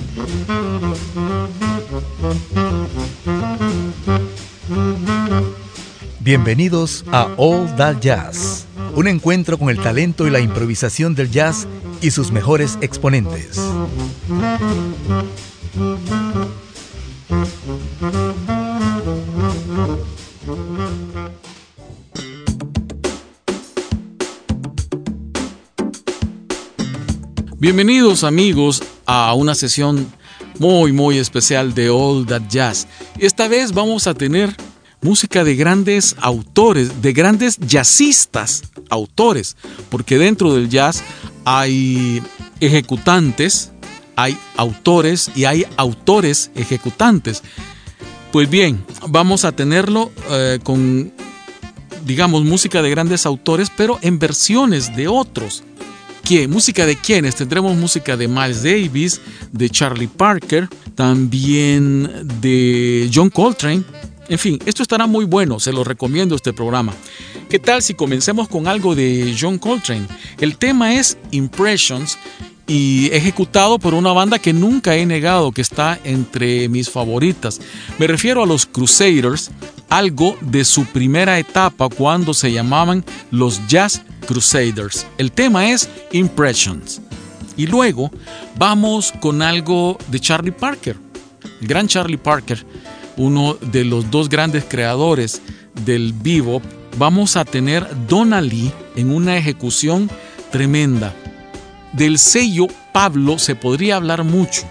Bienvenidos a All That Jazz, un encuentro con el talento y la improvisación del jazz y sus mejores exponentes. Bienvenidos amigos a una sesión muy especial de All That Jazz. Esta vez vamos a tener música de grandes autores, de grandes jazzistas, autores, porque dentro del jazz hay ejecutantes, hay autores y hay autores ejecutantes. Pues bien, vamos a tenerlo con, digamos, música de grandes autores, pero en versiones de otros. ¿Música de quiénes? Tendremos música de Miles Davis, de Charlie Parker, también de John Coltrane. En fin, esto estará muy bueno, se lo recomiendo este programa. ¿Qué tal si comencemos con algo de John Coltrane? El tema es Impressions y ejecutado por una banda que nunca he negado que está entre mis favoritas. Me refiero a los Crusaders, algo de su primera etapa cuando se llamaban los Jazz Crusaders. El tema es Impressions. Y luego vamos con algo de Charlie Parker, el gran Charlie Parker, uno de los dos grandes creadores del bebop. Vamos a tener Donna Lee en una ejecución tremenda. Del sello Pablo se podría hablar mucho.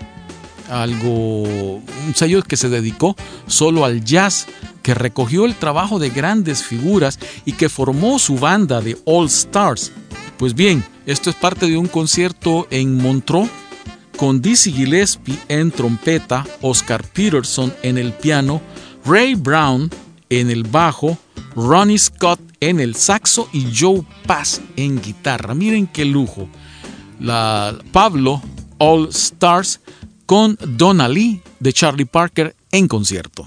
Un sello que se dedicó solo al jazz, que recogió el trabajo de grandes figuras y que formó su banda de All Stars. Pues bien, esto es parte de un concierto en Montreux con Dizzy Gillespie en trompeta, Oscar Peterson en el piano, Ray Brown en el bajo, Ronnie Scott en el saxo y Joe Pass en guitarra. Miren qué lujo. La Pablo All Stars con Donna Lee de Charlie Parker en concierto.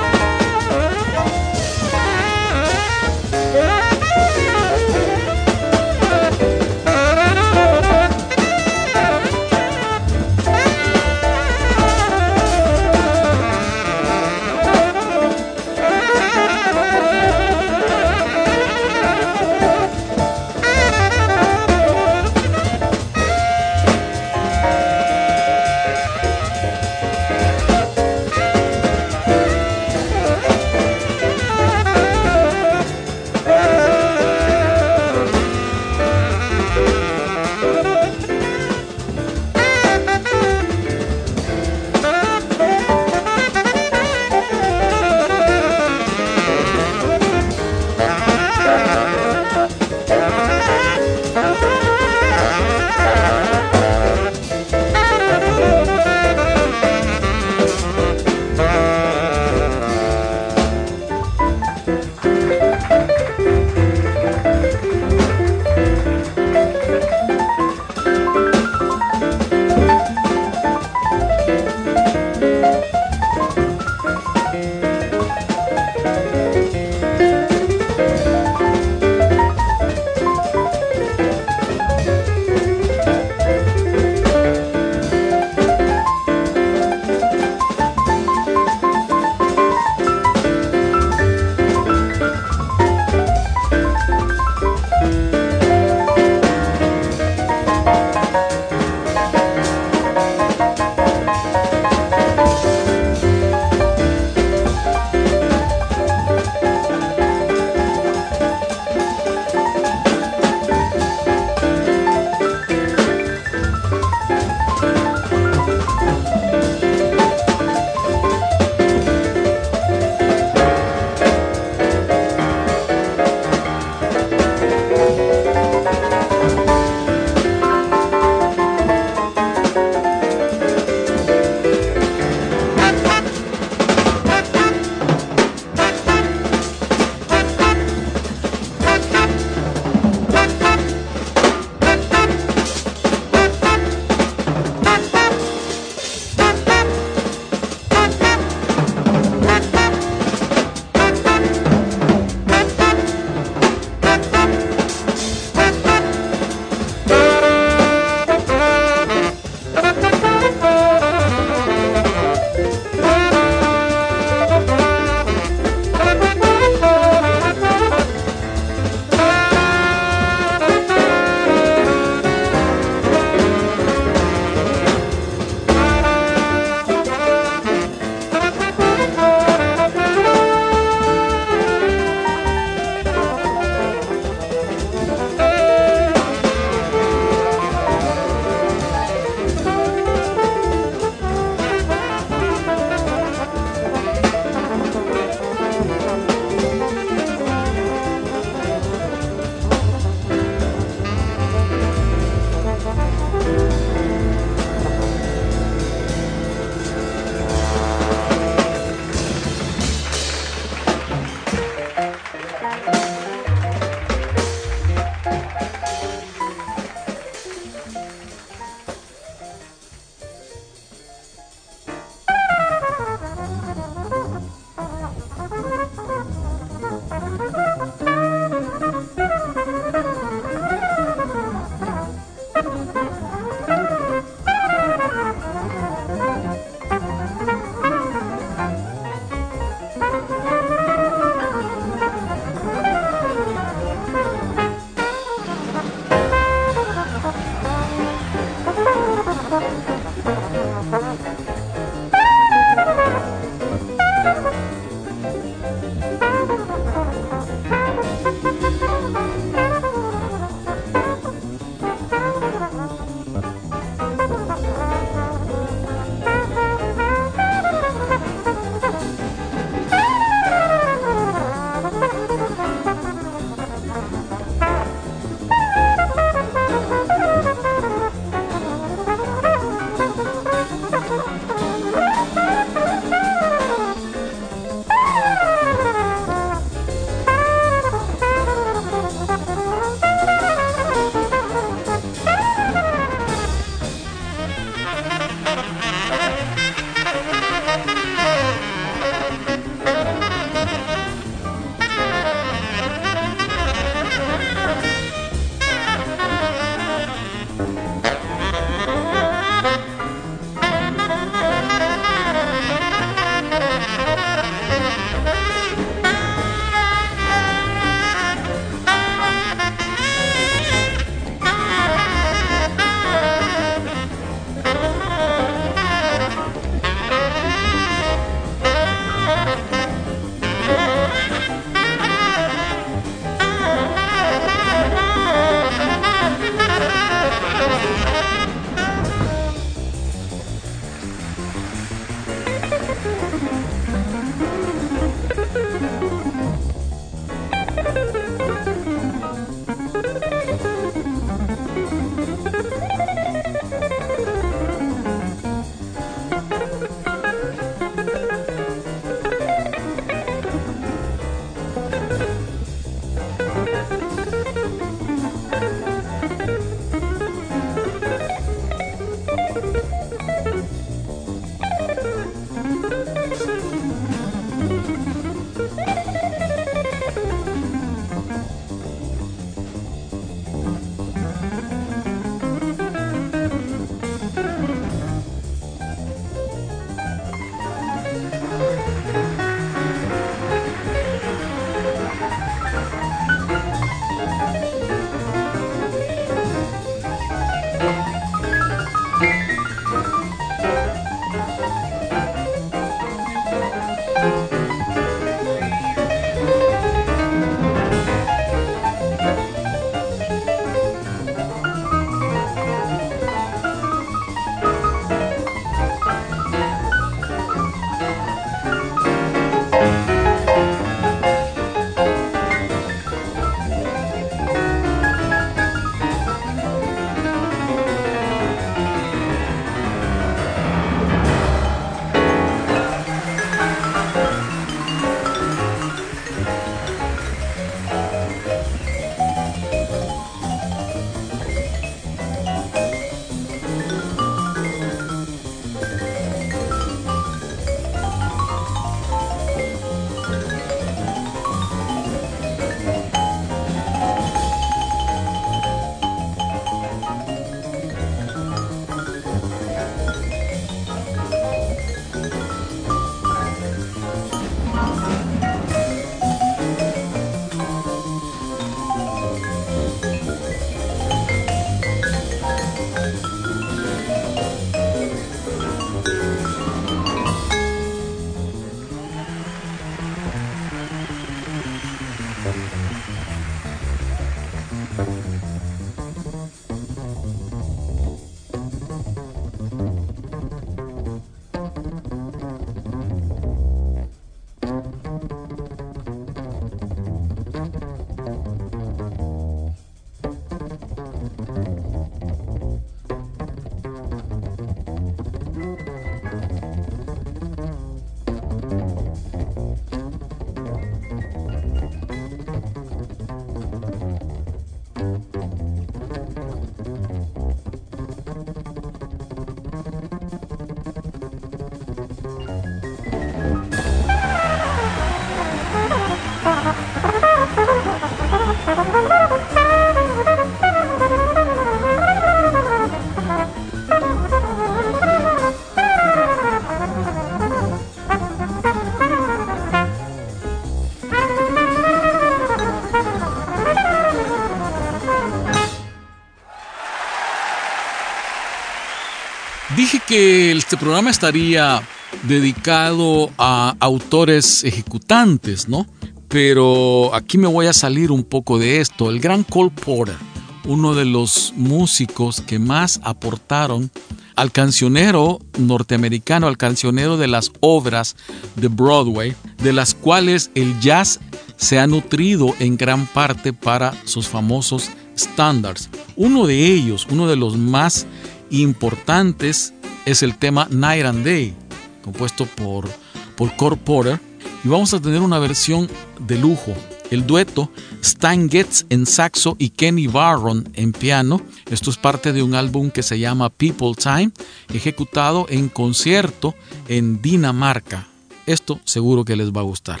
Dije que este programa estaría dedicado a autores ejecutantes, ¿no? Pero aquí me voy a salir un poco de esto. El gran Cole Porter, uno de los músicos que más aportaron al cancionero norteamericano, al cancionero de las obras de Broadway, de las cuales el jazz se ha nutrido en gran parte para sus famosos estándares. Uno de ellos, uno de los más importantes, es el tema Night and Day, compuesto por Cole Porter, y vamos a tener una versión de lujo. El dueto Stan Getz en saxo y Kenny Barron en piano. Esto es parte de un álbum que se llama People Time, ejecutado en concierto en Dinamarca. Esto seguro que les va a gustar.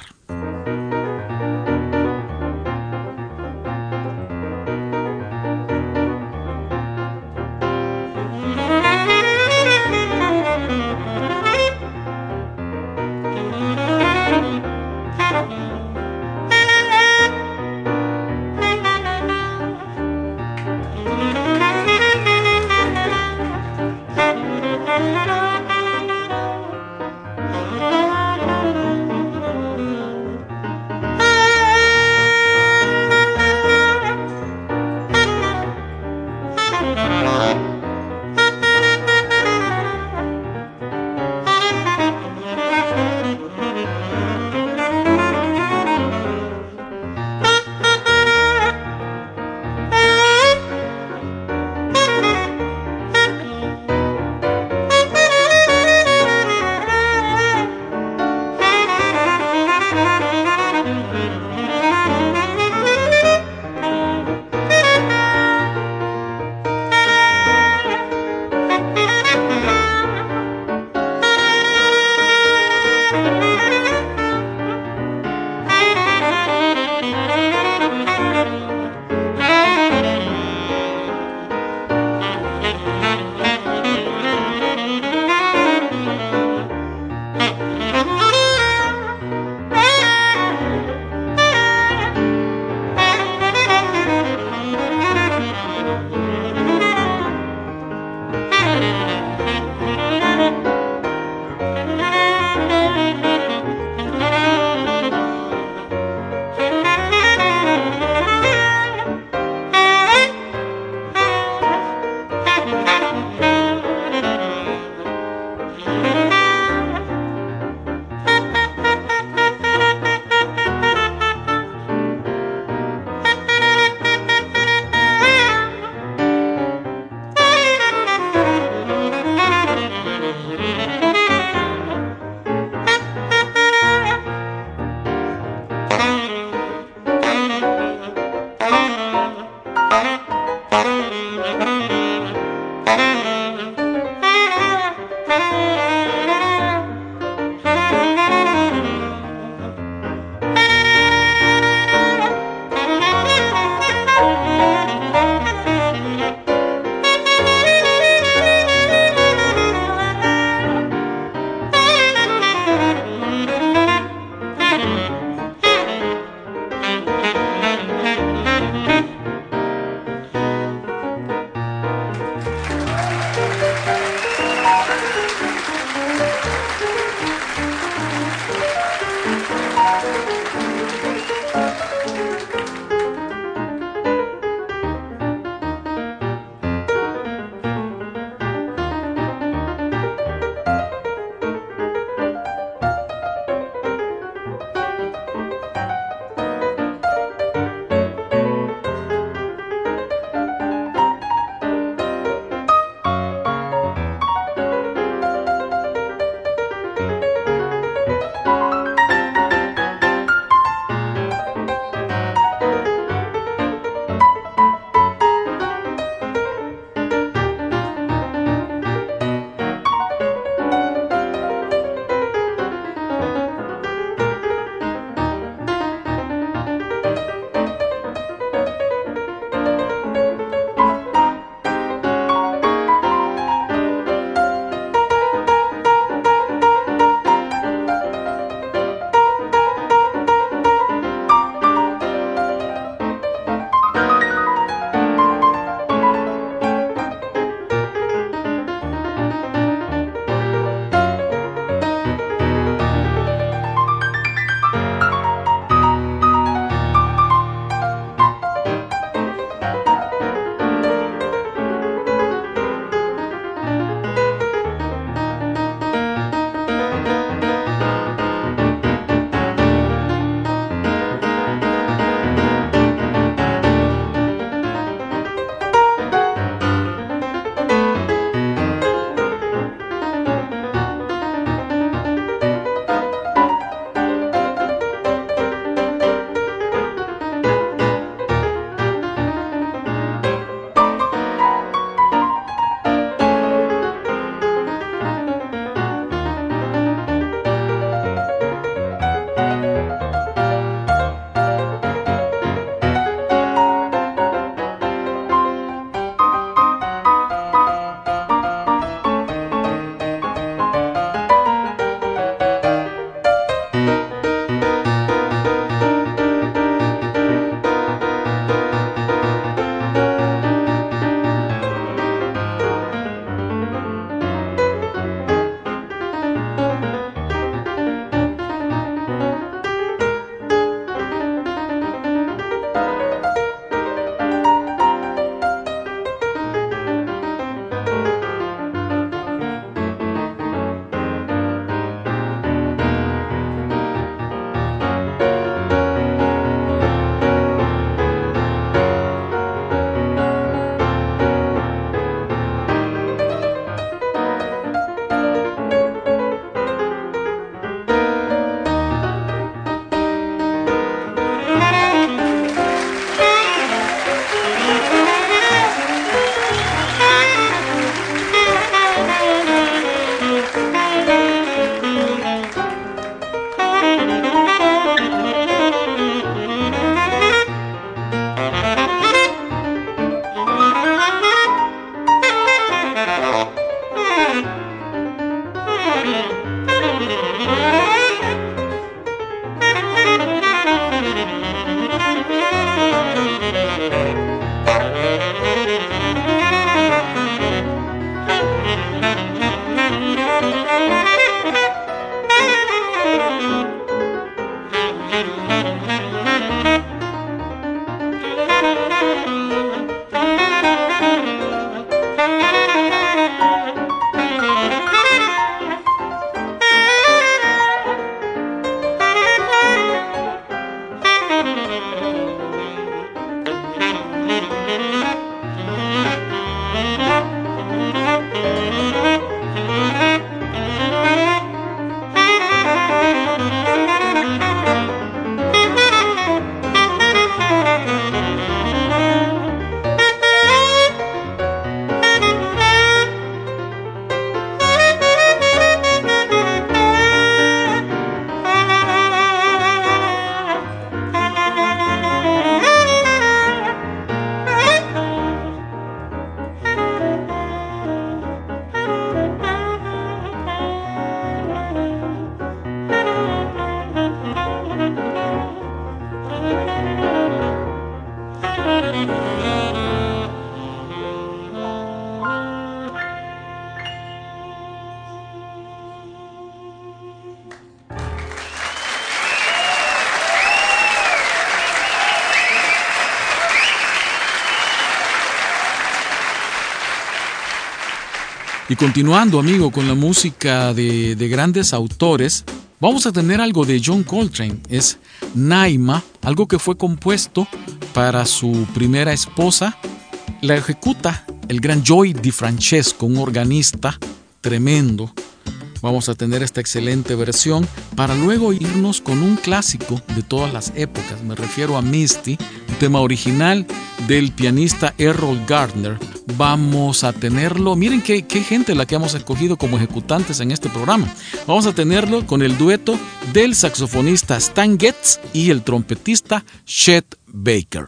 Y continuando, amigo, con la música de grandes autores, vamos a tener algo de John Coltrane. Es Naima, algo que fue compuesto para su primera esposa. La ejecuta el gran Joey DiFrancesco, un organista tremendo. Vamos a tener esta excelente versión para luego irnos con un clásico de todas las épocas. Me refiero a Misty, un tema original del pianista Errol Gardner. Vamos a tenerlo, miren qué gente la que hemos escogido como ejecutantes en este programa. Vamos a tenerlo con el dueto del saxofonista Stan Getz y el trompetista Chet Baker.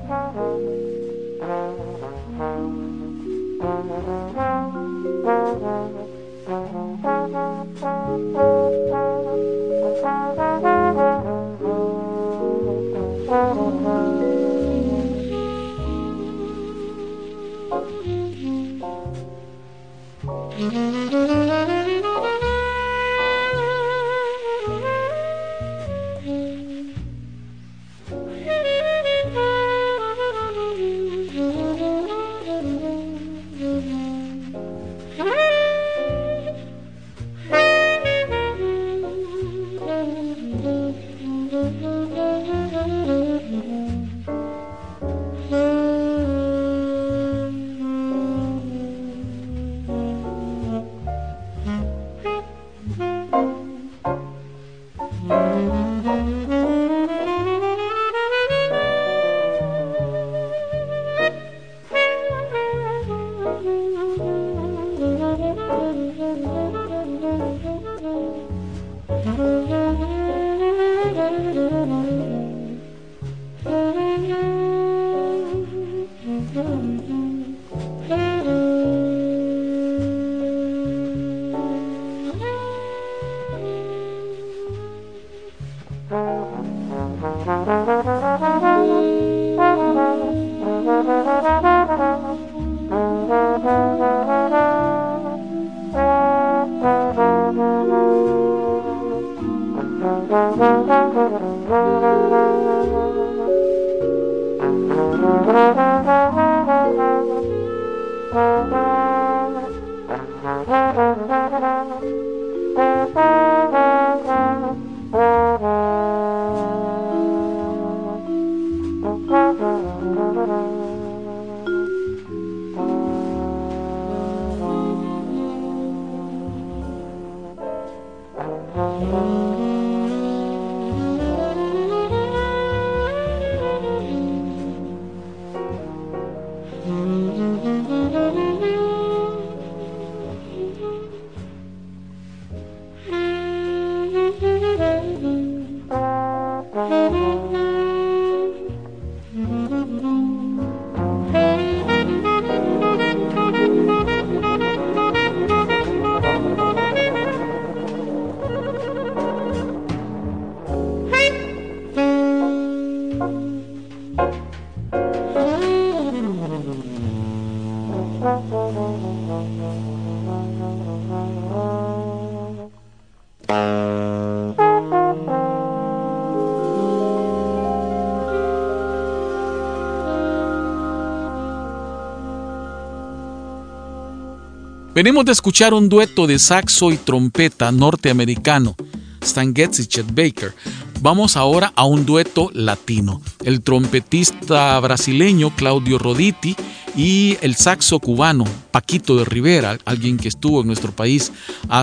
Venimos de escuchar un dueto de saxo y trompeta norteamericano, Stan Getz y Chet Baker. Vamos ahora a un dueto latino. El trompetista brasileño Claudio Roditi y el saxo cubano Paquito de Rivera, alguien que estuvo en nuestro país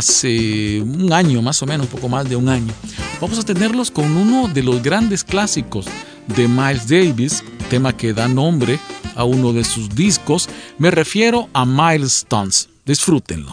hace un año, más o menos, un poco más de un año. Vamos a tenerlos con uno de los grandes clásicos de Miles Davis, tema que da nombre a uno de sus discos. Me refiero a Milestones. Disfrútenlo.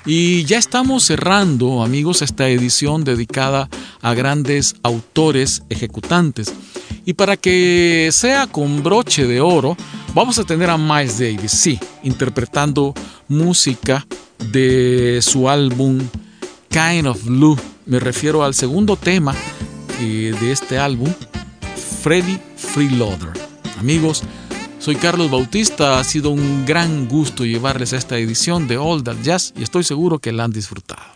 Y ya estamos cerrando, amigos, esta edición dedicada a grandes autores ejecutantes. Y para que sea con broche de oro, vamos a tener a Miles Davis, sí, interpretando música de su álbum Kind of Blue. Me refiero al segundo tema de este álbum, Freddie Freeloader. Amigos, soy Carlos Bautista, ha sido un gran gusto llevarles esta edición de All That Jazz y estoy seguro que la han disfrutado.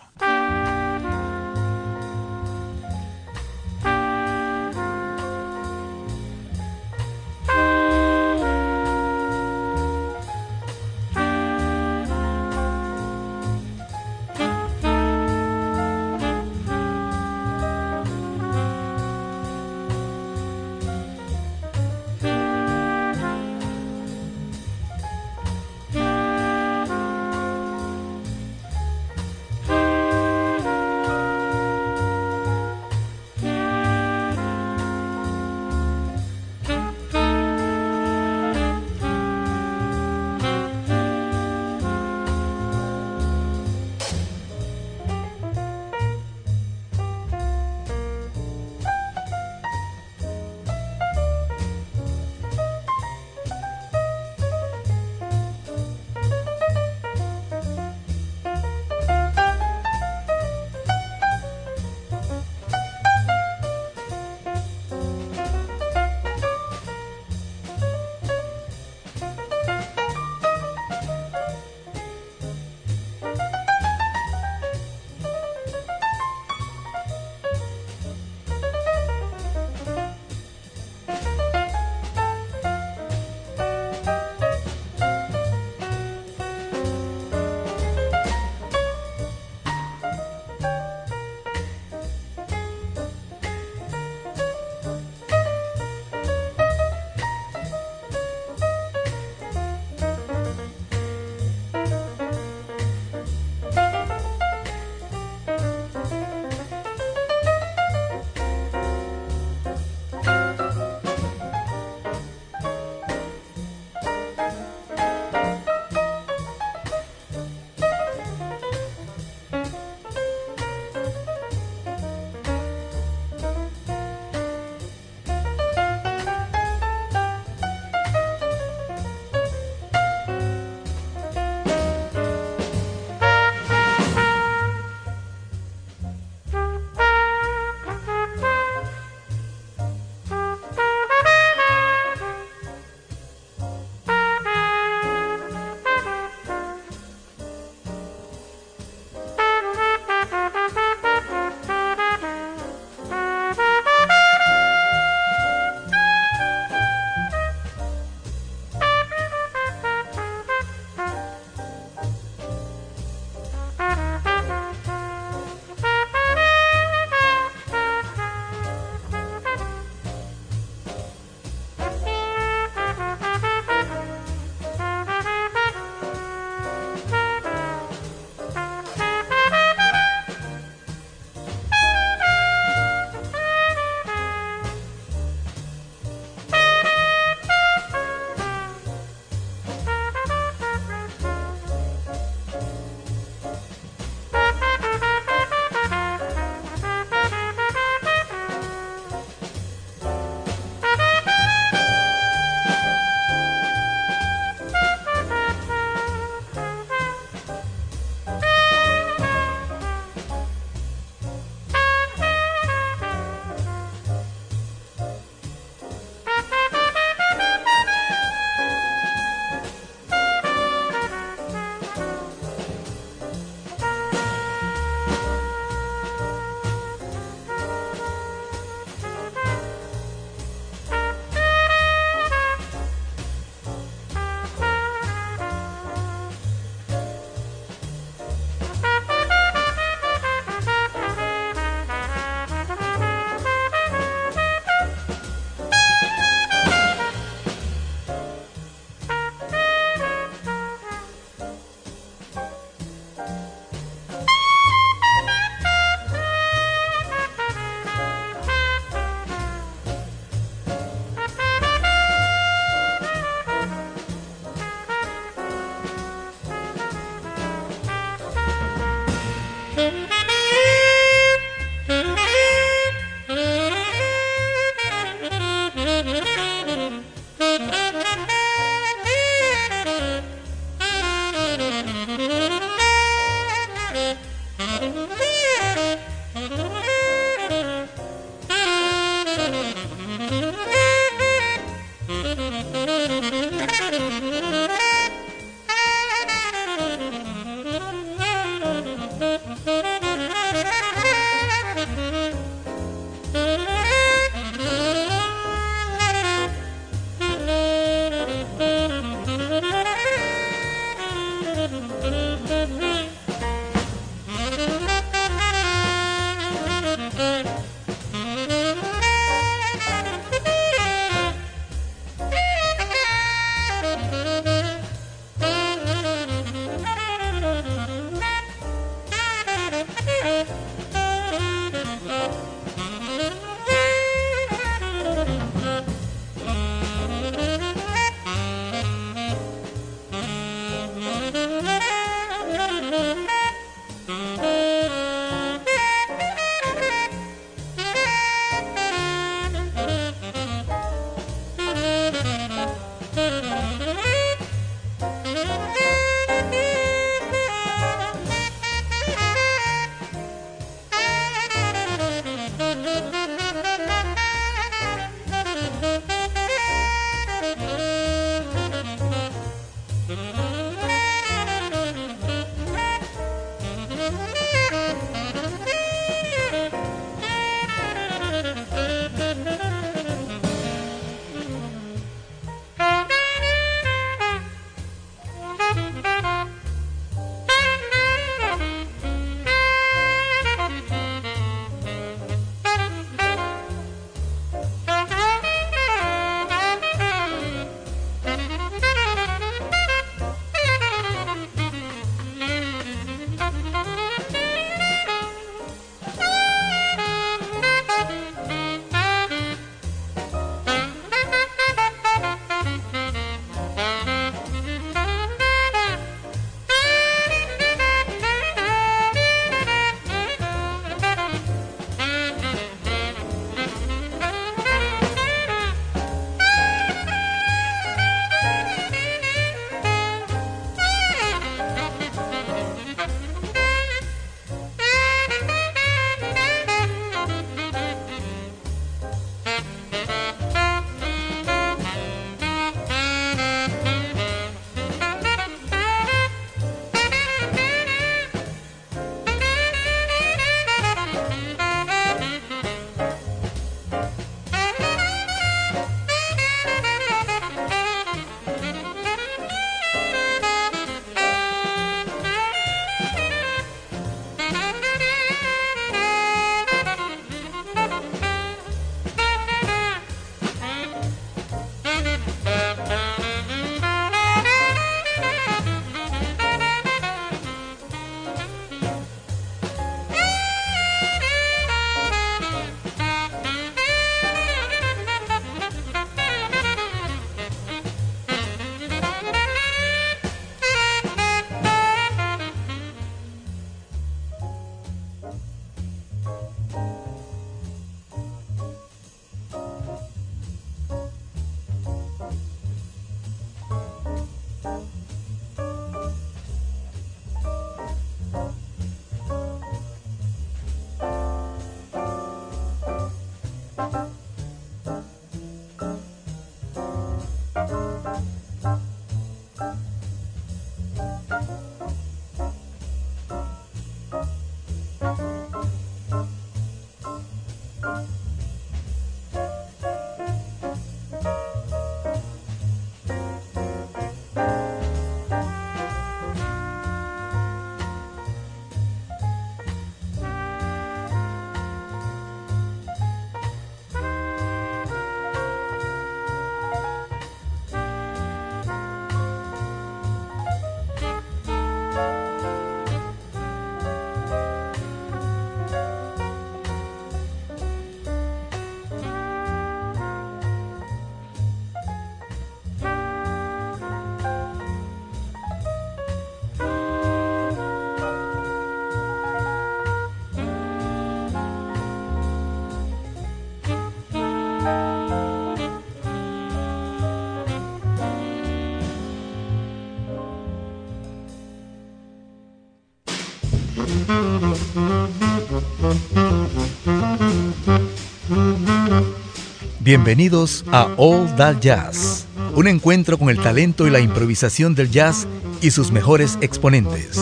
Bienvenidos a All That Jazz, un encuentro con el talento y la improvisación del jazz y sus mejores exponentes.